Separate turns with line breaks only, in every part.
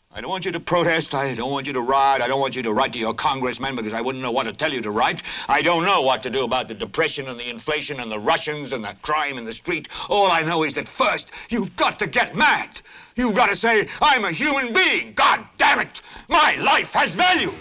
I don't want you to protest. I don't want you to riot. I don't want you to write to your congressman because I wouldn't know what to tell you to write. I don't know what to do about the depression and the inflation and the Russians and the crime in the street. All I know is that first, you've got to get mad. You've got to say, I'm a human being. God damn it. My life has value.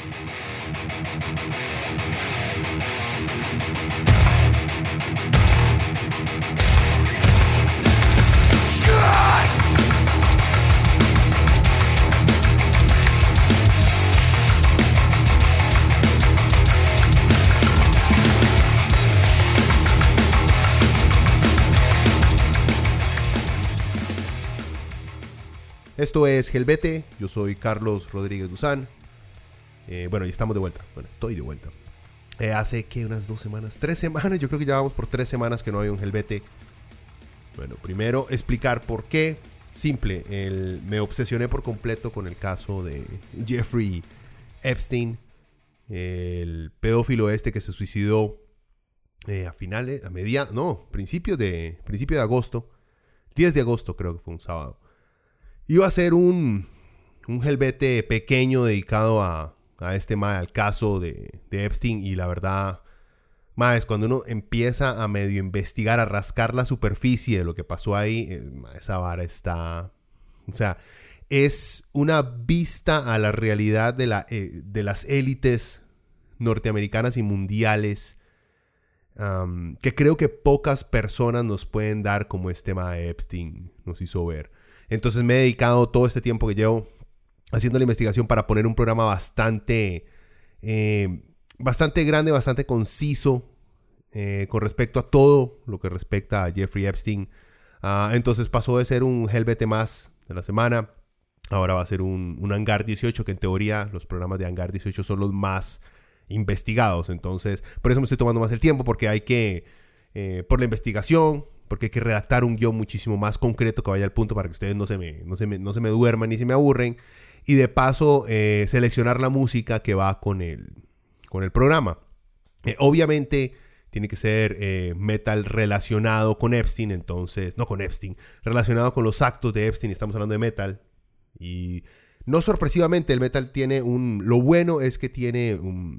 Esto es Helvete, yo soy Carlos Rodríguez Duzán. Bueno, y estamos de vuelta. Bueno, estoy de vuelta. Hace que unas 2 semanas, 3 semanas, yo creo que ya vamos por 3 semanas que no hay un Helvete. Bueno, primero explicar por qué. Simple, me obsesioné por completo con el caso de Jeffrey Epstein, el pedófilo que se suicidó principio de agosto, 10 de agosto creo que fue un sábado. Iba a ser un Helvete pequeño dedicado al caso de Epstein, y la verdad, es cuando uno empieza a medio investigar, a rascar la superficie de lo que pasó ahí, esa vara está... O sea, es una vista a la realidad de las élites norteamericanas y mundiales que creo que pocas personas nos pueden dar como Epstein nos hizo ver. Entonces me he dedicado todo este tiempo que llevo haciendo la investigación para poner un programa bastante grande, bastante conciso con respecto a todo lo que respecta a Jeffrey Epstein. Entonces pasó de ser un Helvete más de la semana, ahora va a ser un Hangar 18, que en teoría los programas de Hangar 18 son los más investigados. Entonces por eso me estoy tomando más el tiempo, porque hay que, por la investigación, porque hay que redactar un guión muchísimo más concreto que vaya al punto para que ustedes no se me duerman ni se me aburren. Y de paso, seleccionar la música que va con el programa. Obviamente, tiene que ser metal relacionado con Epstein. Entonces, no con Epstein, relacionado con los actos de Epstein. Estamos hablando de metal. Y no sorpresivamente, el metal tiene lo bueno es que tiene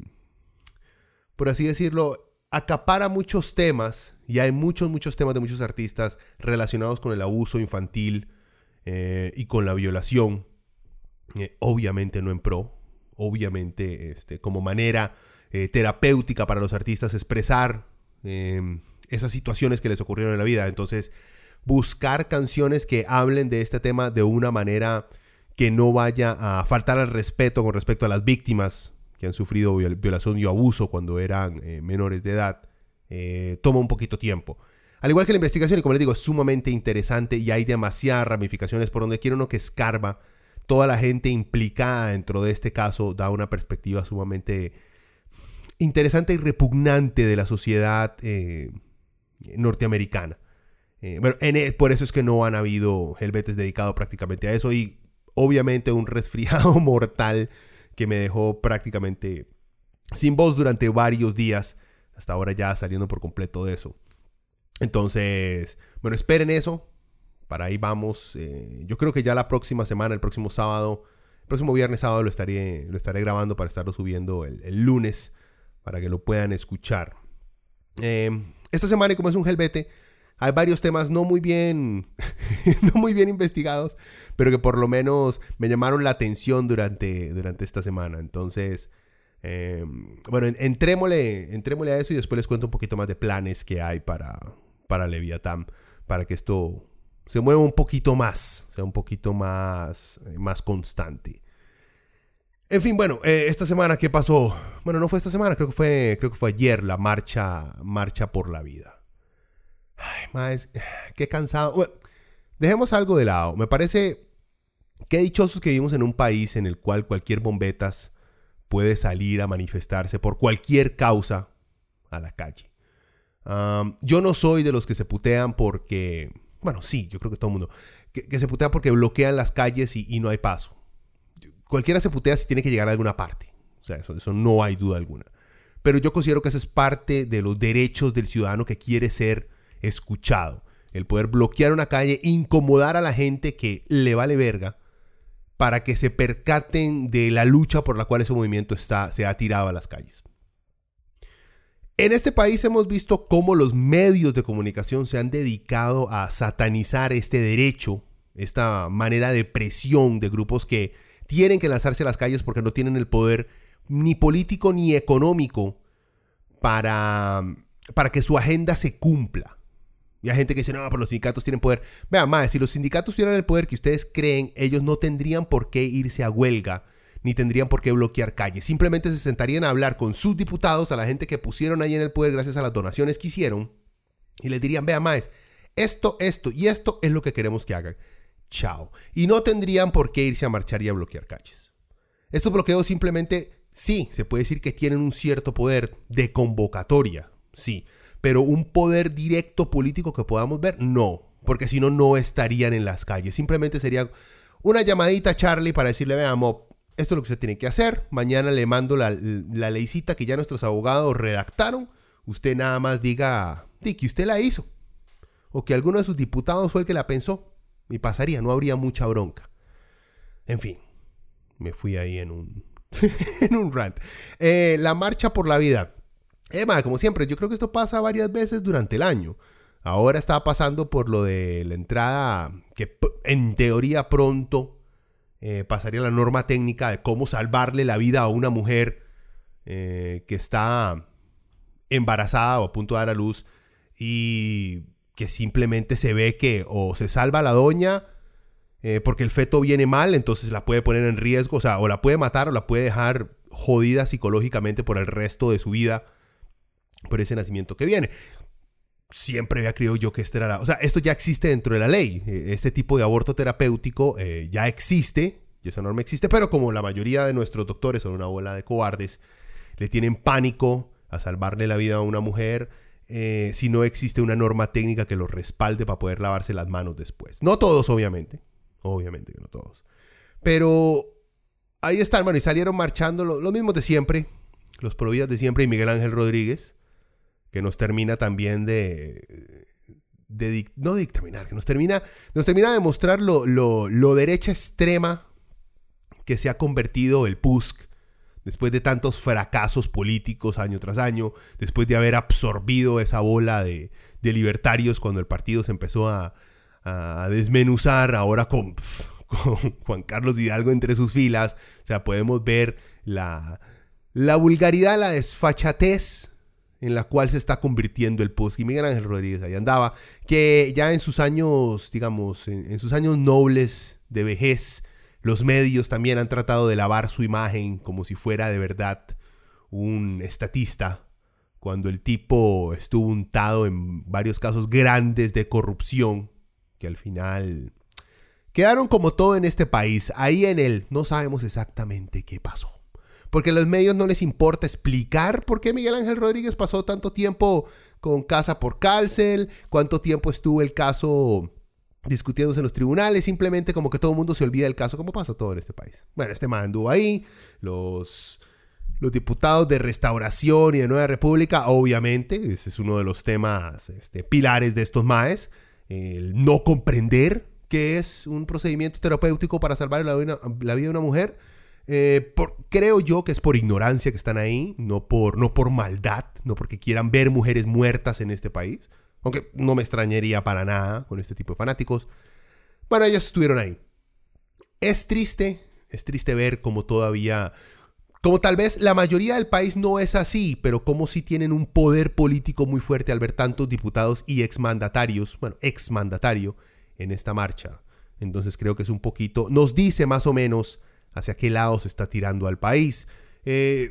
por así decirlo, acapara muchos temas, y hay muchos temas de muchos artistas relacionados con el abuso infantil y con la violación. Obviamente no en pro, obviamente como manera terapéutica para los artistas expresar esas situaciones que les ocurrieron en la vida. Entonces, buscar canciones que hablen de este tema de una manera que no vaya a faltar al respeto con respecto a las víctimas que han sufrido violación y abuso cuando eran menores de edad, toma un poquito tiempo. Al igual que la investigación, y como les digo, es sumamente interesante y hay demasiadas ramificaciones por donde quiera uno que escarba. Toda la gente implicada dentro de este caso da una perspectiva sumamente interesante y repugnante de la sociedad norteamericana. Por eso es que no han habido Helvetes dedicados prácticamente a eso, y obviamente un resfriado mortal que me dejó prácticamente sin voz durante varios días, hasta ahora ya saliendo por completo de eso. Entonces, bueno, esperen eso, para ahí vamos. Yo creo que ya la próxima semana, el próximo viernes sábado lo estaré grabando para estarlo subiendo el lunes, para que lo puedan escuchar. Esta semana, y como es un Helvete, hay varios temas no muy bien investigados, pero que por lo menos me llamaron la atención durante esta semana. Entonces, bueno, entrémosle a eso, y después les cuento un poquito más de planes que hay para Leviatán, para que esto se mueva un poquito más, sea un poquito más constante. En fin, bueno, esta semana, ¿qué pasó? Bueno, no fue esta semana, creo que fue ayer, la marcha por la vida. Ay, más, qué cansado. Bueno, dejemos algo de lado. Me parece que dichosos que vivimos en un país en el cual cualquier bombetas puede salir a manifestarse por cualquier causa a la calle. Yo no soy de los que se putean porque... Bueno, sí, yo creo que todo el mundo. Que se putea porque bloquean las calles y no hay paso. Cualquiera se putea si tiene que llegar a alguna parte. O sea, eso no hay duda alguna. Pero yo considero que eso es parte de los derechos del ciudadano que quiere ser escuchado. El poder bloquear una calle, incomodar a la gente que le vale verga, para que se percaten de la lucha por la cual ese movimiento se ha tirado a las calles. En este país hemos visto cómo los medios de comunicación se han dedicado a satanizar este derecho, esta manera de presión de grupos que tienen que lanzarse a las calles porque no tienen el poder ni político ni económico para que su agenda se cumpla. Y hay gente que dice, no, pero los sindicatos tienen poder. Vean, mae, si los sindicatos tuvieran el poder que ustedes creen, ellos no tendrían por qué irse a huelga, ni tendrían por qué bloquear calles. Simplemente se sentarían a hablar con sus diputados, a la gente que pusieron ahí en el poder gracias a las donaciones que hicieron, y les dirían, vean, maes, esto y esto es lo que queremos que hagan. Chao. Y no tendrían por qué irse a marchar y a bloquear calles. Estos bloqueos simplemente, sí, se puede decir que tienen un cierto poder de convocatoria, sí, pero un poder directo político que podamos ver, no, porque si no, no estarían en las calles. Simplemente sería una llamadita a Charlie para decirle, veamos, esto es lo que usted tiene que hacer. Mañana le mando la leycita que ya nuestros abogados redactaron. Usted nada más diga que usted la hizo. O que alguno de sus diputados fue el que la pensó. Y pasaría, no habría mucha bronca. En fin, me fui ahí en un, en un rant. La marcha por la vida. Como siempre, yo creo que esto pasa varias veces durante el año. Ahora está pasando por lo de la entrada, que en teoría pronto pasaría la norma técnica de cómo salvarle la vida a una mujer que está embarazada o a punto de dar a luz y que simplemente se ve que o se salva a la doña porque el feto viene mal, entonces la puede poner en riesgo, o la puede matar o la puede dejar jodida psicológicamente por el resto de su vida por ese nacimiento que viene. Siempre había creído yo que esto ya existe dentro de la ley. Este tipo de aborto terapéutico ya existe, y esa norma existe, pero como la mayoría de nuestros doctores son una bola de cobardes, le tienen pánico a salvarle la vida a una mujer si no existe una norma técnica que lo respalde para poder lavarse las manos después. No todos, obviamente que no todos. Pero ahí están, y salieron marchando los mismos de siempre, los providas de siempre y Miguel Ángel Rodríguez, que nos termina también no dictaminar, que nos termina de mostrar lo derecha extrema que se ha convertido el PUSC después de tantos fracasos políticos año tras año, después de haber absorbido esa bola de libertarios cuando el partido se empezó a desmenuzar, ahora con Juan Carlos Hidalgo entre sus filas. O sea, podemos ver la vulgaridad, la desfachatez en la cual se está convirtiendo el PUSC. Y Miguel Ángel Rodríguez ahí andaba, que ya en sus años, digamos, en sus años nobles de vejez, los medios también han tratado de lavar su imagen como si fuera de verdad un estatista, cuando el tipo estuvo untado en varios casos grandes de corrupción, que al final quedaron como todo en este país, ahí en el no sabemos exactamente qué pasó. Porque a los medios no les importa explicar por qué Miguel Ángel Rodríguez pasó tanto tiempo con casa por cárcel, cuánto tiempo estuvo el caso discutiéndose en los tribunales, simplemente como que todo el mundo se olvida del caso, como pasa todo en este país. Bueno, este man anduvo ahí, los diputados de Restauración y de Nueva República, obviamente, ese es uno de los temas pilares de estos maes, el no comprender qué es un procedimiento terapéutico para salvar la vida de una mujer. Creo yo que es por ignorancia que están ahí, no por maldad, no porque quieran ver mujeres muertas en este país, aunque no me extrañaría para nada con este tipo de fanáticos. Bueno, ellos estuvieron ahí. Es triste ver cómo todavía, como tal vez la mayoría del país no es así, pero como sí tienen un poder político muy fuerte al ver tantos diputados y exmandatario en esta marcha. Entonces creo que es un poquito, nos dice más o menos hacia qué lado se está tirando al país. Es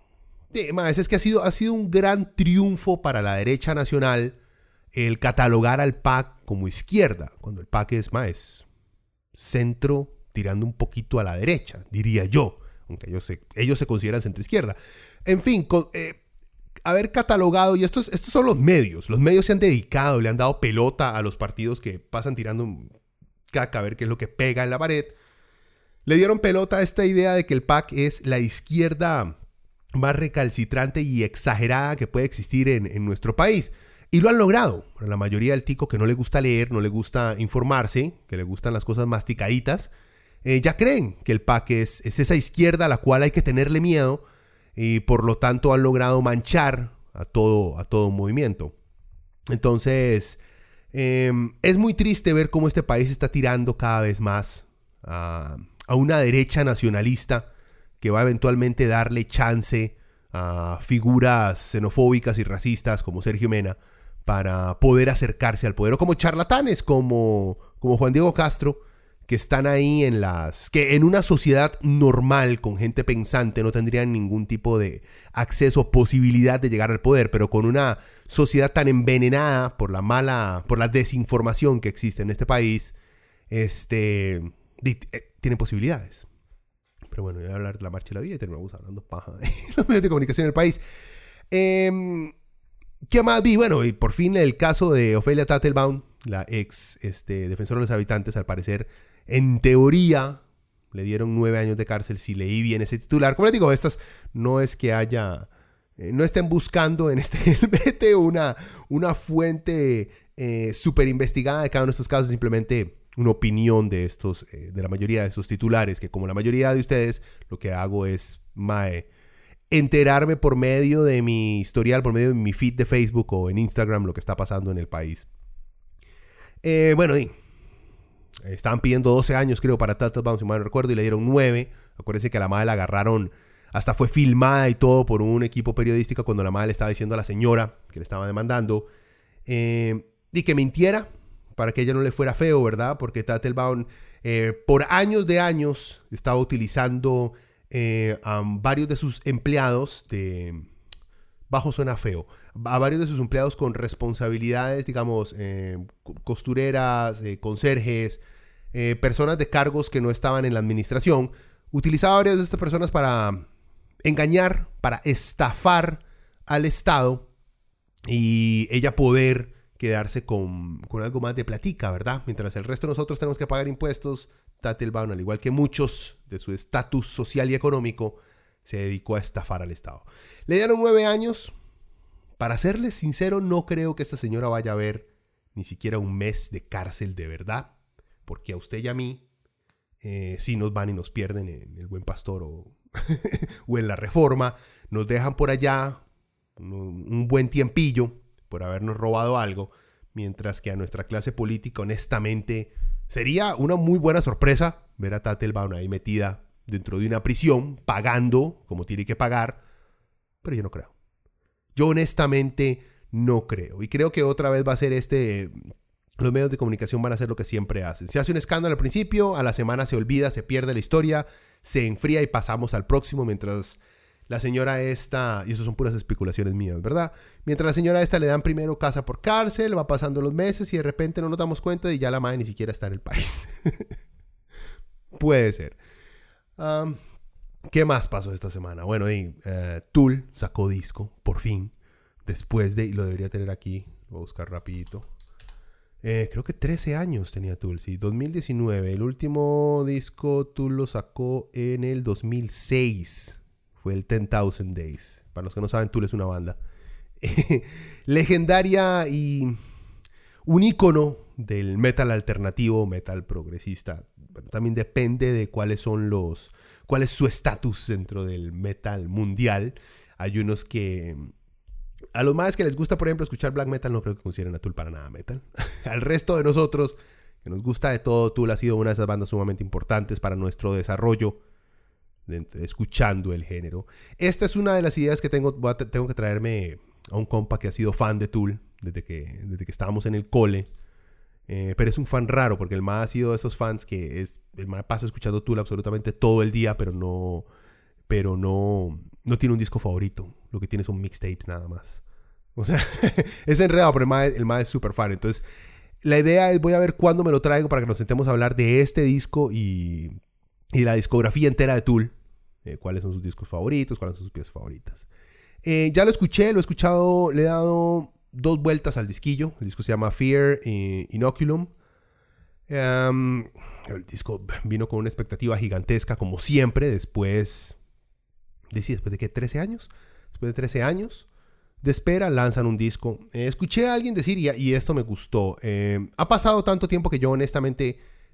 que ha sido un gran triunfo para la derecha nacional el catalogar al PAC como izquierda, cuando el PAC es más centro tirando un poquito a la derecha, diría yo, aunque ellos se consideran centro-izquierda. En fin, haber catalogado, y estos son los medios se han dedicado, le han dado pelota a los partidos que pasan tirando caca a ver qué es lo que pega en la pared. Le dieron pelota a esta idea de que el PAC es la izquierda más recalcitrante y exagerada que puede existir en nuestro país. Y lo han logrado. La mayoría del tico que no le gusta leer, no le gusta informarse, que le gustan las cosas masticaditas, ya creen que el PAC es esa izquierda a la cual hay que tenerle miedo y por lo tanto han logrado manchar a todo un movimiento. Entonces, es muy triste ver cómo este país está tirando cada vez más a una derecha nacionalista que va a eventualmente darle chance a figuras xenofóbicas y racistas como Sergio Mena para poder acercarse al poder, o como charlatanes como Juan Diego Castro, que están ahí que en una sociedad normal con gente pensante no tendrían ningún tipo de acceso o posibilidad de llegar al poder, pero con una sociedad tan envenenada por la desinformación que existe en este país, tienen posibilidades. Pero bueno, voy a hablar de la marcha de la vida y terminamos hablando paja de los medios de comunicación en el país. ¿Qué más vi? Bueno, y por fin el caso de Ofelia Tattelbaum, la ex defensora de los habitantes, al parecer, en teoría, le dieron 9 años de cárcel si leí bien ese titular. Como les digo, estas no es que no estén buscando en este LBT una fuente súper investigada de cada uno de estos casos, simplemente una opinión de la mayoría de estos titulares, que como la mayoría de ustedes, lo que hago es enterarme por medio de mi historial, por medio de mi feed de Facebook o en Instagram, lo que está pasando en el país. Bueno, estaban pidiendo 12 años, creo, para Tattelbaum, si mal no recuerdo, y le dieron 9. Acuérdense que a la madre la agarraron, hasta fue filmada y todo por un equipo periodístico cuando la madre le estaba diciendo a la señora que le estaba demandando y que mintiera para que ella no le fuera feo, ¿verdad? Porque Tattelbaum por años de años estaba utilizando a varios de sus empleados bajo suena feo, a varios de sus empleados con responsabilidades, digamos, costureras, conserjes, personas de cargos que no estaban en la administración. Utilizaba a varias de estas personas para engañar, para estafar al Estado y ella poder quedarse con algo más de platica, ¿verdad? Mientras el resto de nosotros tenemos que pagar impuestos, Tattelbaum, al igual que muchos de su estatus social y económico, se dedicó a estafar al Estado. Le dieron 9 años. Para serles sincero, no creo que esta señora vaya a ver ni siquiera un mes de cárcel de verdad, porque a usted y a mí sí nos van y nos pierden en el Buen Pastor o en la Reforma, nos dejan por allá un buen tiempillo por habernos robado algo, mientras que a nuestra clase política, honestamente, sería una muy buena sorpresa ver a Tattelbaum ahí metida dentro de una prisión, pagando como tiene que pagar, pero yo no creo. Yo honestamente no creo. Y creo que otra vez va a ser los medios de comunicación van a hacer lo que siempre hacen. Se hace un escándalo al principio, a la semana se olvida, se pierde la historia, se enfría y pasamos al próximo, mientras la señora esta, y eso son puras especulaciones mías, ¿verdad? Mientras la señora esta le dan primero casa por cárcel, va pasando los meses y de repente no nos damos cuenta y ya la madre ni siquiera está en el país. Puede ser. ¿Qué más pasó esta semana? Bueno, Tool sacó disco, por fin, después de, y lo debería tener aquí, lo voy a buscar rapidito. Creo que 13 años tenía Tool, sí, 2019. El último disco Tool lo sacó en el 2006. Fue el 10,000 Days. Para los que no saben, Tool es una banda legendaria y un ícono del metal alternativo, metal progresista. Pero también depende de cuál es su estatus dentro del metal mundial. Hay unos que a los más que les gusta, por ejemplo, escuchar black metal, no creo que consideren a Tool para nada metal. Al resto de nosotros, que nos gusta de todo, Tool ha sido una de esas bandas sumamente importantes para nuestro desarrollo escuchando el género. Esta es una de las ideas que tengo que traerme a un compa que ha sido fan de Tool desde que estábamos en el cole. Pero es un fan raro, porque el ma ha sido de esos fans que el ma pasa escuchando Tool absolutamente todo el día, pero no tiene un disco favorito. Lo que tiene son mixtapes nada más. O sea, es enredado, pero el ma es súper fan. Entonces, la idea es, voy a ver cuándo me lo traigo para que nos sentemos a hablar de este disco y la discografía entera de Tool. Cuáles son sus discos favoritos, cuáles son sus piezas favoritas. Ya lo escuché, lo he escuchado, le he dado 2 vueltas al disquillo. El disco se llama Fear Inoculum. El disco vino con una expectativa gigantesca, como siempre, después de ¿qué? 13 años. Después de 13 años de espera, lanzan un disco. Escuché a alguien decir, y esto me gustó, ha pasado tanto tiempo que yo honestamente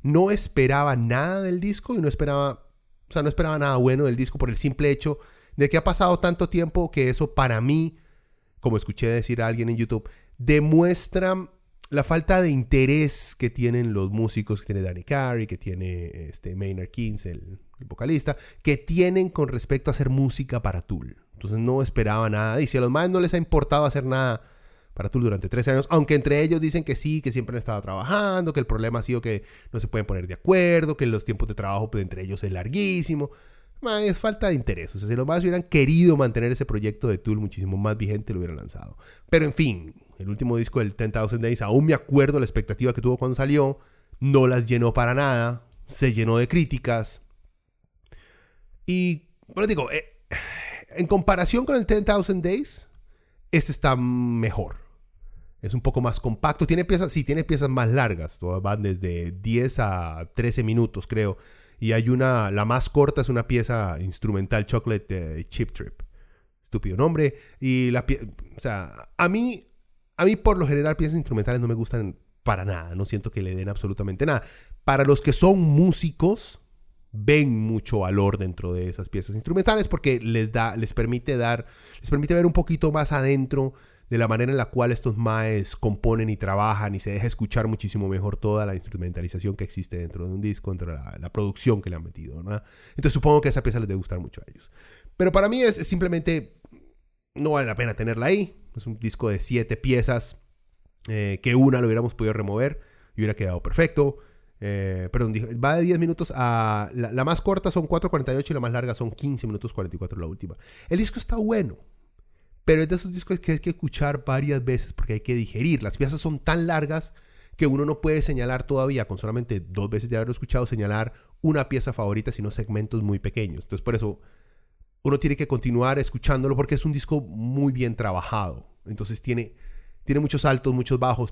no esperaba nada del disco y no esperaba nada bueno del disco por el simple hecho de que ha pasado tanto tiempo que eso para mí, como escuché decir a alguien en YouTube, demuestra la falta de interés que tienen los músicos, que tiene Danny Carey, que tiene Maynard Keynes, el vocalista, que tienen con respecto a hacer música para Tool. Entonces no esperaba nada. Y si a los más no les ha importado hacer nada para Tool durante 13 años, aunque entre ellos dicen que sí, que siempre han estado trabajando, que el problema ha sido que no se pueden poner de acuerdo, que los tiempos de trabajo pues, entre ellos es larguísimo. Es falta de interés. O sea, si los más hubieran querido mantener ese proyecto de Tool muchísimo más vigente, lo hubieran lanzado. Pero en fin, el último disco del 10,000 Days, aún me acuerdo la expectativa que tuvo cuando salió, no las llenó para nada, se llenó de críticas. Y, bueno, digo, en comparación con el 10,000 Days, este está mejor. Es un poco más compacto. Tiene piezas más largas. Todas van desde 10 a 13 minutos, creo. Y hay la más corta es una pieza instrumental, Chocolate Chip Trip. Estúpido nombre. Y o sea, a mí por lo general piezas instrumentales no me gustan para nada. No siento que le den absolutamente nada. Para los que son músicos, ven mucho valor dentro de esas piezas instrumentales porque les permite ver un poquito más adentro de la manera en la cual estos maes componen y trabajan y se deja escuchar muchísimo mejor toda la instrumentalización que existe dentro de un disco, dentro de la producción que le han metido, ¿no? Entonces supongo que esa pieza les debe gustar mucho a ellos. Pero para mí es simplemente, no vale la pena tenerla ahí. Es un disco de 7 piezas, que una lo hubiéramos podido remover y hubiera quedado perfecto. Perdón, va de 10 minutos a... La más corta son 4:48 y la más larga son 15 minutos 44 la última. El disco está bueno, pero es de esos discos que hay que escuchar varias veces porque hay que digerir. Las piezas son tan largas que uno no puede señalar todavía, con solamente 2 veces de haberlo escuchado, señalar una pieza favorita, sino segmentos muy pequeños. Entonces por eso uno tiene que continuar escuchándolo porque es un disco muy bien trabajado. Entonces tiene muchos altos, muchos bajos,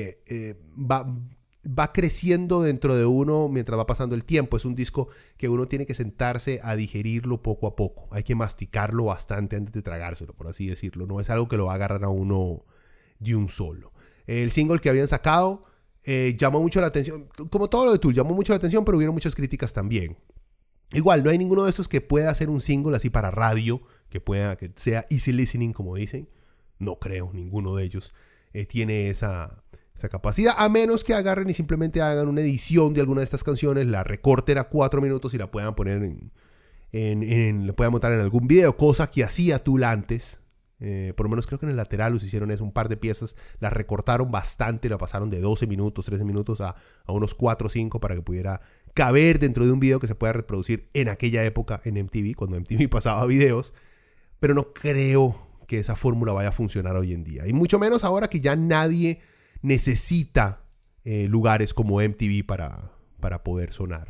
va creciendo dentro de uno mientras va pasando el tiempo. Es un disco que uno tiene que sentarse a digerirlo poco a poco. Hay que masticarlo bastante antes de tragárselo, por así decirlo. No es algo que lo va a agarrar a uno de un solo. El single que habían sacado llamó mucho la atención. Como todo lo de Tool, llamó mucho la atención, pero hubieron muchas críticas también. Igual, no hay ninguno de estos que pueda hacer un single así para radio, que sea easy listening, como dicen. No creo, ninguno de ellos tiene esa capacidad, a menos que agarren y simplemente hagan una edición de alguna de estas canciones, la recorten a 4 minutos y la puedan poner la puedan montar en algún video, cosa que hacía Tool antes. Por lo menos creo que en el Lateralus hicieron eso, un par de piezas, las recortaron bastante, la pasaron de 12 minutos, 13 minutos a unos 4 o 5 para que pudiera caber dentro de un video que se pueda reproducir en aquella época en MTV, cuando MTV pasaba videos, pero no creo que esa fórmula vaya a funcionar hoy en día, y mucho menos ahora que ya nadie necesita lugares como MTV para poder sonar.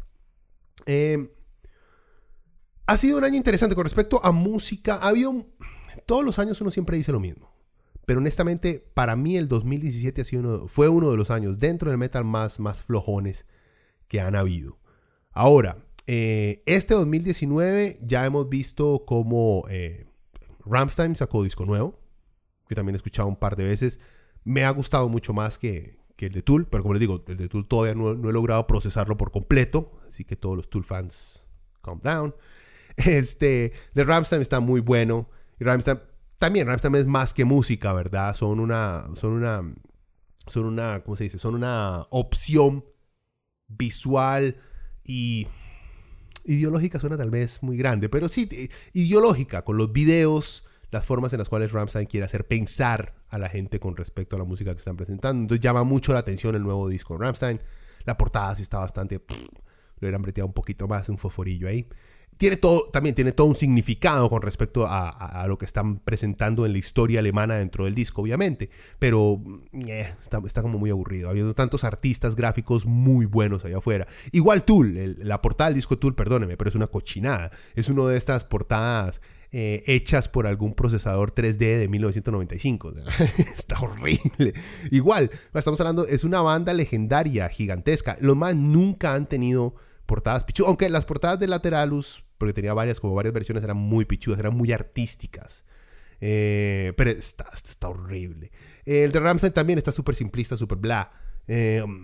Ha sido un año interesante con respecto a música. Todos los años uno siempre dice lo mismo, pero honestamente para mí el 2017 fue uno de los años dentro del metal más flojones que han habido. Ahora, este 2019 ya hemos visto como Rammstein sacó disco nuevo, que también he escuchado un par de veces. Me ha gustado mucho más que el de Tool, pero como les digo, el de Tool todavía no he logrado procesarlo por completo, así que todos los Tool fans, calm down. De Rammstein está muy bueno, y Rammstein es más que música, ¿verdad? Son una, ¿cómo se dice? Son una opción visual y ideológica, suena tal vez muy grande, pero sí, ideológica, con los videos, las formas en las cuales Rammstein quiere hacer pensar a la gente con respecto a la música que están presentando. Entonces llama mucho la atención el nuevo disco de Rammstein. La portada sí está bastante... lo hubieran breteado un poquito más, un fosforillo ahí. También tiene todo un significado con respecto a lo que están presentando en la historia alemana dentro del disco, obviamente. Pero está como muy aburrido. Habiendo tantos artistas gráficos muy buenos allá afuera. Igual Tool, la portada del disco Tool, perdóneme, pero es una cochinada. Es una de estas portadas hechas por algún procesador 3D de 1995. Está horrible. Igual, estamos hablando, es una banda legendaria, gigantesca. Los más nunca han tenido portadas pichudas, aunque las portadas de Lateralus, porque tenía varias versiones, eran muy pichudas, eran muy artísticas. Pero está horrible. El de Rammstein también está súper simplista, súper bla.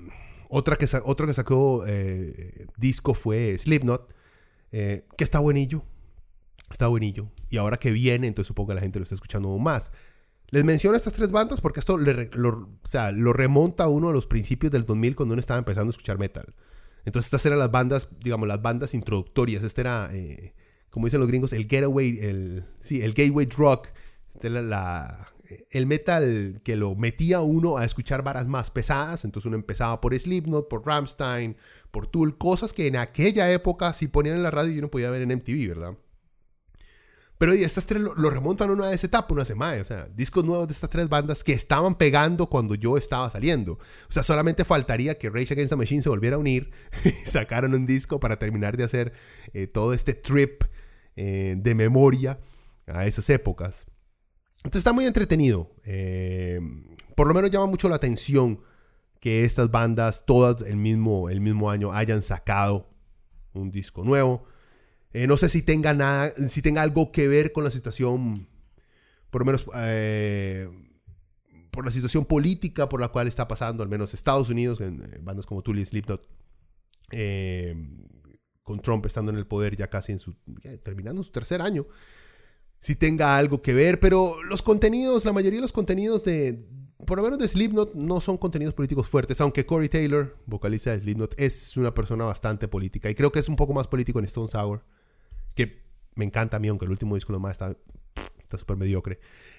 Otro que sacó disco fue Slipknot, que está buenillo. Está buenillo. Y ahora que viene, entonces supongo que la gente lo está escuchando aún más. Les menciono estas tres bandas porque esto lo remonta a uno de los principios del 2000 cuando uno estaba empezando a escuchar metal. Entonces estas eran las bandas, digamos, las bandas introductorias. Este era, como dicen los gringos, el gateway drug. Este era el metal que lo metía a uno a escuchar varas más pesadas. Entonces uno empezaba por Slipknot, por Rammstein, por Tool. Cosas que en aquella época sí ponían en la radio y uno podía ver en MTV, ¿verdad? Pero estas tres lo remontan a una de esa etapa, una semana. O sea, discos nuevos de estas tres bandas que estaban pegando cuando yo estaba saliendo. O sea, solamente faltaría que Rage Against the Machine se volviera a unir y sacaran un disco para terminar de hacer todo este trip de memoria a esas épocas. Entonces está muy entretenido. Por lo menos llama mucho la atención que estas bandas, todas el mismo año, hayan sacado un disco nuevo. No sé si tenga algo que ver con la situación, por lo menos por la situación política por la cual está pasando, al menos Estados Unidos, en bandas como Tool y Slipknot, con Trump estando en el poder ya casi terminando su tercer año. Si tenga algo que ver, pero los contenidos, la mayoría de los contenidos por lo menos de Slipknot, no son contenidos políticos fuertes, aunque Corey Taylor, vocalista de Slipknot, es una persona bastante política, y creo que es un poco más político en Stone Sour, que me encanta a mí, aunque el último disco nomás está súper mediocre.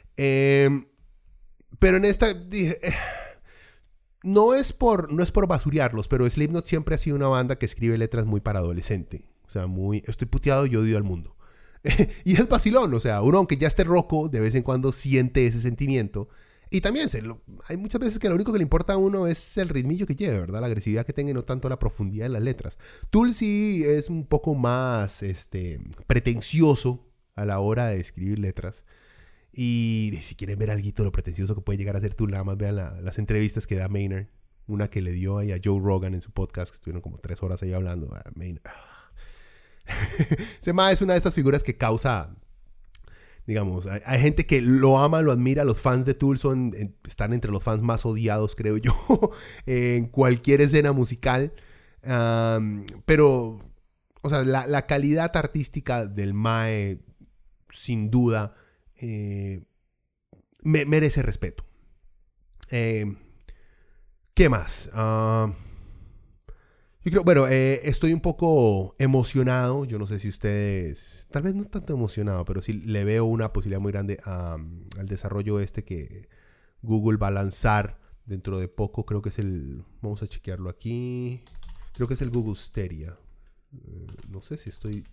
Pero en esta dije, no es por basurearlos, pero Slipknot siempre ha sido una banda que escribe letras muy para adolescente. O sea, estoy puteado y odio al mundo. Y es vacilón, o sea, uno aunque ya esté roco, de vez en cuando siente ese sentimiento. Y también hay muchas veces que lo único que le importa a uno es el ritmillo que lleve, ¿verdad? La agresividad que tenga y no tanto la profundidad de las letras. Tool sí es un poco más pretencioso a la hora de escribir letras. Y si quieren ver algo de lo pretencioso que puede llegar a ser Tool, nada más vean las entrevistas que da Maynard. Una que le dio ahí a Joe Rogan en su podcast, que estuvieron como 3 horas ahí hablando. Maynard. Ese es una de esas figuras que causa... Digamos, hay gente que lo ama, lo admira. Los fans de Tool están entre los fans más odiados, creo yo, en cualquier escena musical. Pero, o sea, la calidad artística del Mae, sin duda, merece respeto. ¿Qué más? Yo creo, bueno, estoy un poco emocionado. Yo no sé si ustedes, tal vez no tanto emocionado, pero sí le veo una posibilidad muy grande al desarrollo que Google va a lanzar dentro de poco. Creo que es vamos a chequearlo aquí. Creo que es el Google Stadia. No sé si estoy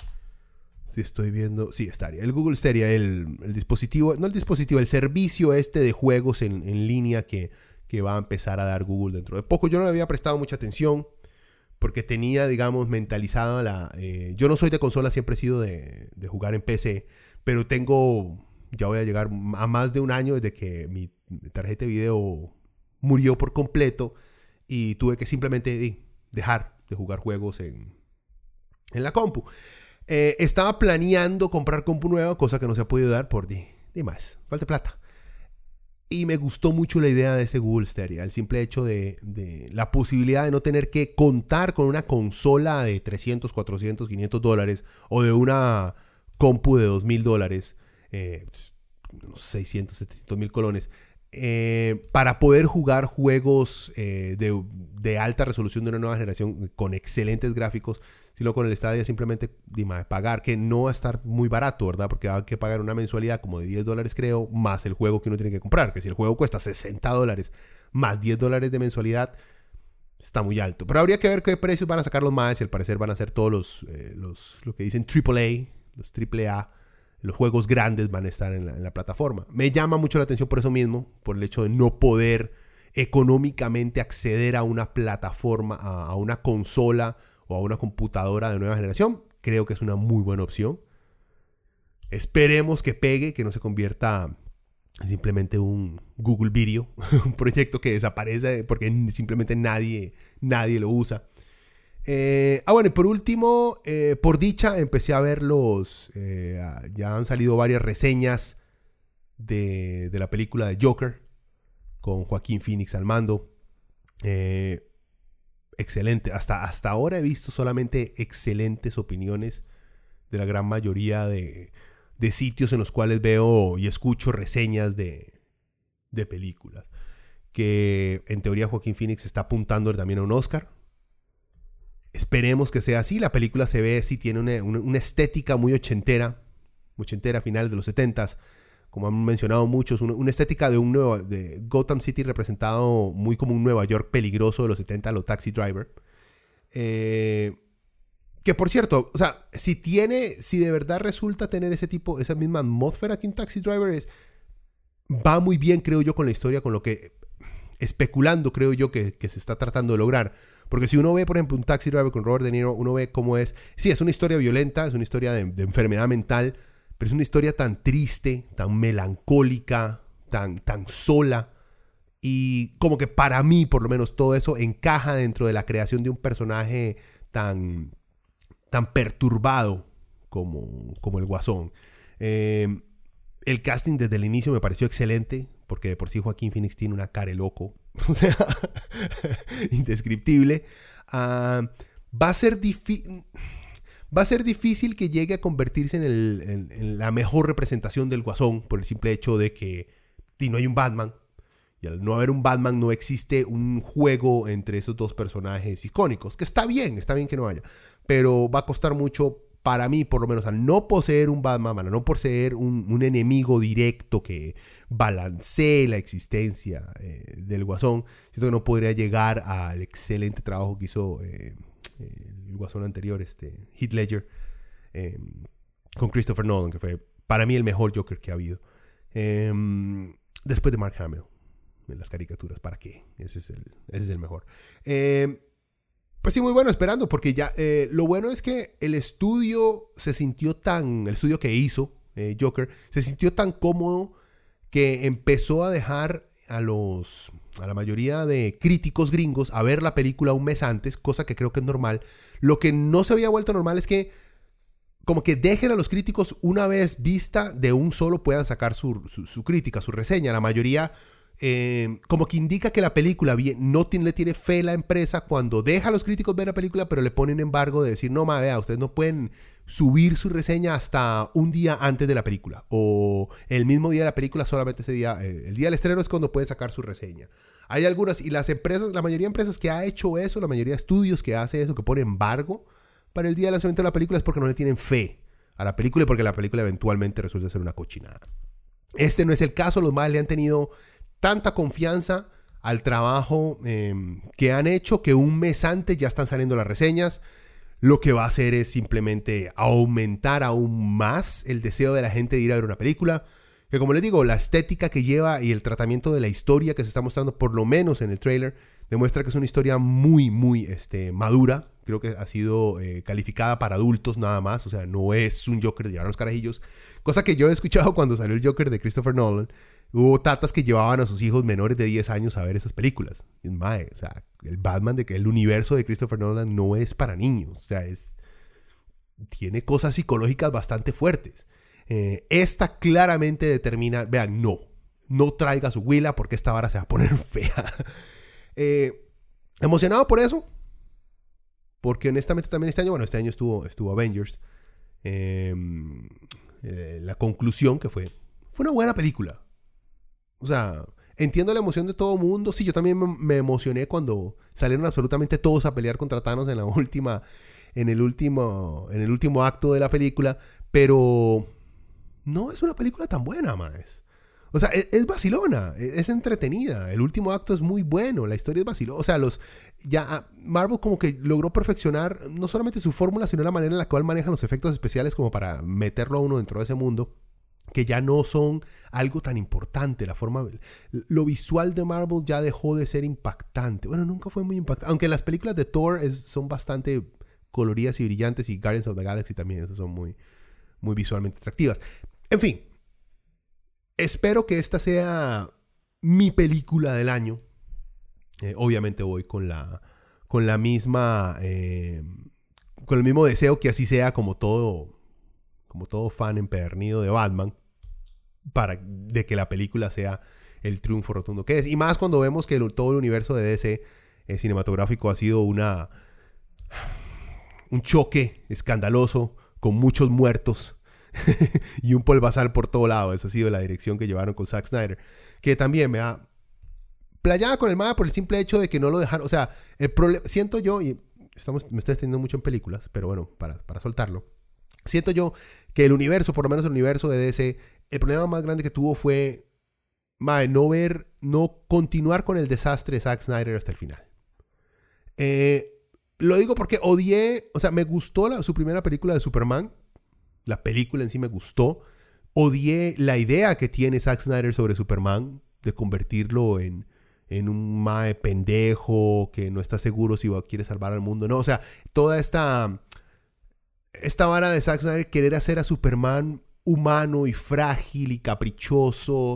viendo. Sí, Stadia. El Google Stadia, el dispositivo, no el dispositivo, el servicio de juegos en línea que va a empezar a dar Google dentro de poco. Yo no le había prestado mucha atención, porque tenía, digamos, mentalizada yo no soy de consola, siempre he sido de jugar en PC, pero ya voy a llegar a más de un año desde que mi tarjeta de video murió por completo y tuve que simplemente dejar de jugar juegos en la compu. Estaba planeando comprar compu nueva, cosa que no se ha podido dar por más, falta plata. Y me gustó mucho la idea de ese Google Stadia, el simple hecho de la posibilidad de no tener que contar con una consola de $300, $400, $500 o de una compu de $2,000, unos 600, 700 mil colones, para poder jugar juegos de alta resolución de una nueva generación con excelentes gráficos, sino con el Stadia simplemente pagar, que no va a estar muy barato, ¿verdad? Porque hay que pagar una mensualidad como de $10, creo, más el juego que uno tiene que comprar, que si el juego cuesta $60 más $10 de mensualidad, está muy alto. Pero habría que ver qué precios van a sacar los más, y al parecer van a ser todos lo que dicen AAA, los AAA, los juegos grandes van a estar en la plataforma. Me llama mucho la atención por eso mismo, por el hecho de no poder económicamente acceder a una plataforma, a una consola o a una computadora de nueva generación. Creo que es una muy buena opción. Esperemos que pegue, que no se convierta en simplemente un Google Video, un proyecto que desaparece porque simplemente nadie lo usa. Bueno, y por último, por dicha, empecé a ver ya han salido varias reseñas de la película de Joker con Joaquín Phoenix al mando. excelente. Hasta ahora he visto solamente excelentes opiniones de la gran mayoría de sitios en los cuales veo y escucho reseñas de películas. Que en teoría Joaquín Phoenix está apuntando también a un Oscar. Esperemos que sea así. La película se ve, sí tiene una estética muy ochentera final de los 70s, como han mencionado muchos, una estética de Gotham City representado muy como un Nueva York peligroso de los 70, lo Taxi Driver. Que por cierto, o sea, si de verdad resulta tener esa misma atmósfera que un Taxi Driver, va muy bien, creo yo, con la historia, con lo que, especulando, creo yo, que se está tratando de lograr. Porque si uno ve, por ejemplo, un Taxi Driver con Robert De Niro, uno ve cómo es. Sí, es una historia violenta, es una historia de enfermedad mental, pero es una historia tan triste, tan melancólica, tan sola. Y como que para mí, por lo menos, todo eso encaja dentro de la creación de un personaje tan perturbado como el Guasón. El casting desde el inicio me pareció excelente, porque de por sí Joaquín Phoenix tiene una cara de loco, o sea, indescriptible. Va a ser difícil que llegue a convertirse en la mejor representación del Guasón, por el simple hecho de que no hay un Batman. Y al no haber un Batman no existe un juego entre esos dos personajes icónicos, que está bien que no haya, pero va a costar mucho para mí, por lo menos, al no poseer un Batman, al no poseer un enemigo directo que balancee la existencia del Guasón. Siento que no podría llegar al excelente trabajo que hizo el Guasón anterior, Heath Ledger, con Christopher Nolan, que fue para mí el mejor Joker que ha habido. Después de Mark Hamill en las caricaturas, ¿para qué? Ese es el mejor. Pues sí, muy bueno, esperando, porque ya lo bueno es que el estudio que hizo Joker, se sintió tan cómodo que empezó a dejar a la mayoría de críticos gringos a ver la película un mes antes, cosa que creo que es normal. Lo que no se había vuelto normal es que como que dejen a los críticos una vez vista de un solo puedan sacar su crítica, su reseña. La mayoría como que indica que la película no le tiene fe a la empresa cuando deja a los críticos ver la película, pero le ponen embargo de decir, no, vea, ustedes no pueden subir su reseña hasta un día antes de la película, o el mismo día de la película, solamente ese día, el día del estreno es cuando pueden sacar su reseña. Hay algunas, y las empresas, la mayoría de empresas que ha hecho eso, la mayoría de estudios que hace eso, que pone embargo para el día de lanzamiento de la película, es porque no le tienen fe a la película y porque la película eventualmente resulta ser una cochinada. Este no es el caso, los más le han tenido tanta confianza al trabajo que han hecho que un mes antes ya están saliendo las reseñas. Lo que va a hacer es simplemente aumentar aún más el deseo de la gente de ir a ver una película. Que como les digo, la estética que lleva y el tratamiento de la historia que se está mostrando, por lo menos en el tráiler, demuestra que es una historia muy, muy madura. Creo que ha sido calificada para adultos nada más. O sea, no es un Joker de llevar los carajillos. Cosa que yo he escuchado cuando salió el Joker de Christopher Nolan. Hubo tatas que llevaban a sus hijos menores de 10 años a ver esas películas. Y, o sea, el Batman, el universo de Christopher Nolan no es para niños. O sea, tiene cosas psicológicas bastante fuertes. Esta claramente determina, vean, no traiga su huila porque esta vara se va a poner fea. Emocionado por eso. Porque honestamente también este año estuvo Avengers. La conclusión que fue una buena película. O sea, entiendo la emoción de todo mundo. Sí, yo también me emocioné cuando salieron absolutamente todos a pelear contra Thanos en el último acto de la película. Pero no es una película tan buena, más. O sea, es vacilona, es entretenida. El último acto es muy bueno, la historia es vacilona. O sea, Marvel como que logró perfeccionar no solamente su fórmula, sino la manera en la cual manejan los efectos especiales como para meterlo a uno dentro de ese mundo, que ya no son algo tan importante. Lo visual de Marvel ya dejó de ser impactante. Bueno, nunca fue muy impactante. Aunque las películas de Thor son bastante coloridas y brillantes, y Guardians of the Galaxy también, esas son muy, muy visualmente atractivas. En fin, espero que esta sea mi película del año. Obviamente voy con la misma, con el mismo deseo que así sea, como todo fan empedernido de Batman, de que la película sea el triunfo rotundo que es. Y más cuando vemos que todo el universo de DC cinematográfico ha sido un choque escandaloso con muchos muertos y un polvazal por todo lado. Esa ha sido la dirección que llevaron con Zack Snyder, que también me ha playado con el MAD por el simple hecho de que no lo dejaron. O sea, el problema, siento yo, y me estoy extendiendo mucho en películas, pero bueno, para soltarlo, siento yo que el universo, por lo menos el universo de DC, el problema más grande que tuvo fue no continuar con el desastre de Zack Snyder hasta el final. Lo digo porque me gustó su primera película de Superman. La película en sí me gustó. Odié la idea que tiene Zack Snyder sobre Superman, de convertirlo en un mae pendejo que no está seguro si quiere salvar al mundo. No, o sea, toda esta vara de Zack Snyder, querer hacer a Superman humano y frágil y caprichoso,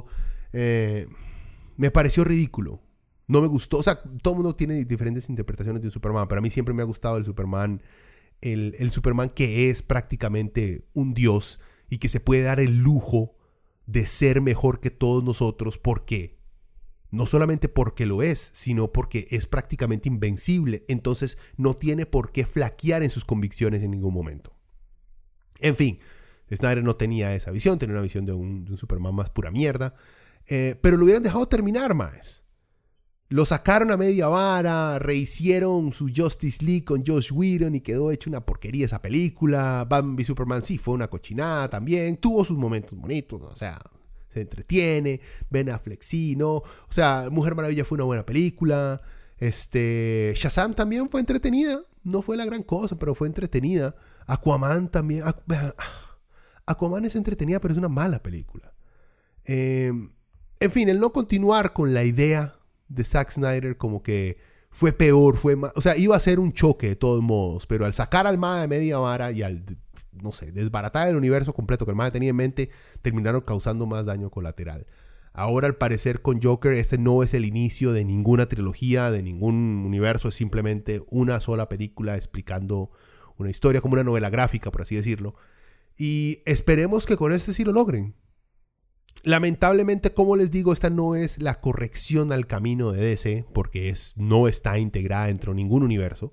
me pareció ridículo. No me gustó. O sea, todo el mundo tiene diferentes interpretaciones de un Superman, pero a mí siempre me ha gustado el Superman, el Superman que es prácticamente un dios y que se puede dar el lujo de ser mejor que todos nosotros. ¿Por qué? No solamente porque lo es, sino porque es prácticamente invencible. Entonces no tiene por qué flaquear en sus convicciones en ningún momento. En fin, Snyder no tenía esa visión. Tenía una visión de un Superman más pura mierda. Pero lo hubieran dejado terminar más. Lo sacaron a media vara, rehicieron su Justice League con Joss Whedon y quedó hecha una porquería esa película. Batman v Superman sí fue una cochinada también. Tuvo sus momentos bonitos, ¿no? O sea, se entretiene. Ben Affleck sí, ¿no? O sea, Mujer Maravilla fue una buena película. Shazam también fue entretenida. No fue la gran cosa, pero fue entretenida. Aquaman también. Aquaman es entretenida, pero es una mala película. En fin, el no continuar con la idea de Zack Snyder como que fue peor, fue más, o sea, iba a ser un choque de todos modos, pero al sacar al MAD de media vara y al, no sé, desbaratar el universo completo que el MAD tenía en mente, terminaron causando más daño colateral. Ahora, al parecer, con Joker, este no es el inicio de ninguna trilogía, de ningún universo, es simplemente una sola película explicando una historia, como una novela gráfica, por así decirlo, y esperemos que con este sí lo logren. Lamentablemente, como les digo, esta no es la corrección al camino de DC, porque no está integrada dentro de ningún universo.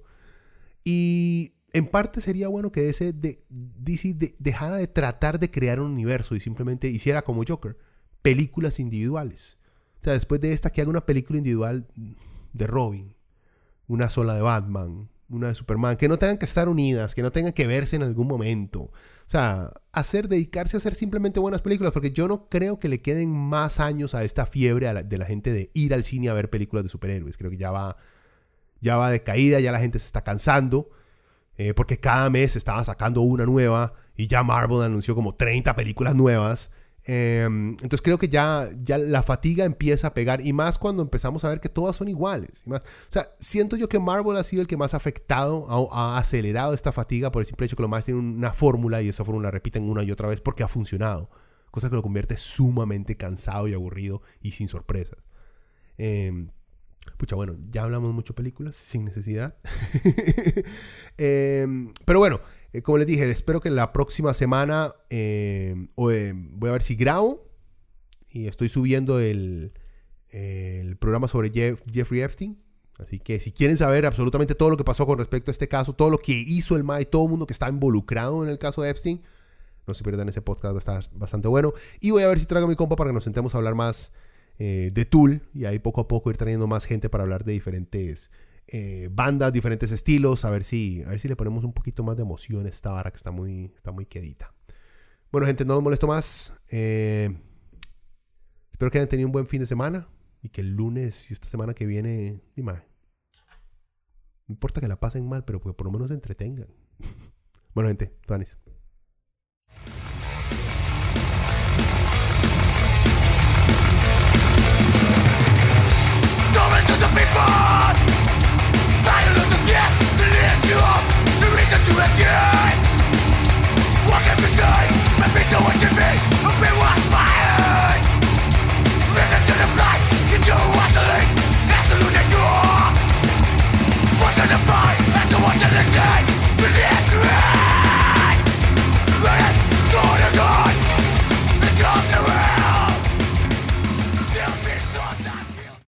Y en parte sería bueno que DC dejara de tratar de crear un universo y simplemente hiciera como Joker, películas individuales. O sea, después de esta, que haga una película individual de Robin, una sola de Batman, una de Superman, que no tengan que estar unidas, que no tengan que verse en algún momento. O sea, dedicarse a hacer simplemente buenas películas, porque yo no creo que le queden más años a esta fiebre de la gente de ir al cine a ver películas de superhéroes. Creo que ya va de caída, ya la gente se está cansando, porque cada mes estaban sacando una nueva y ya Marvel anunció como 30 películas nuevas. Entonces creo que ya la fatiga empieza a pegar, y más cuando empezamos a ver que todas son iguales y más. O sea, siento yo que Marvel ha sido el que más ha afectado, ha acelerado esta fatiga por el simple hecho que lo más tiene una fórmula y esa fórmula la repiten una y otra vez porque ha funcionado, cosa que lo convierte sumamente cansado y aburrido y sin sorpresas. Bueno, ya hablamos mucho de películas sin necesidad. Pero bueno, como les dije, espero que la próxima semana voy a ver si grabo y estoy subiendo el programa sobre Jeffrey Epstein. Así que si quieren saber absolutamente todo lo que pasó con respecto a este caso, todo lo que hizo el MAD y todo el mundo que está involucrado en el caso de Epstein, no se pierdan ese podcast, va a estar bastante bueno. Y voy a ver si traigo a mi compa para que nos sentemos a hablar más de Tool, y ahí poco a poco ir trayendo más gente para hablar de diferentes bandas, diferentes estilos, a ver si le ponemos un poquito más de emoción a esta vara que está muy quedita. Bueno, gente, no los molesto más. Espero que hayan tenido un buen fin de semana y que el lunes y esta semana que viene, no importa que la pasen mal, pero que por lo menos se entretengan. Bueno, gente, Tuanis. To the people!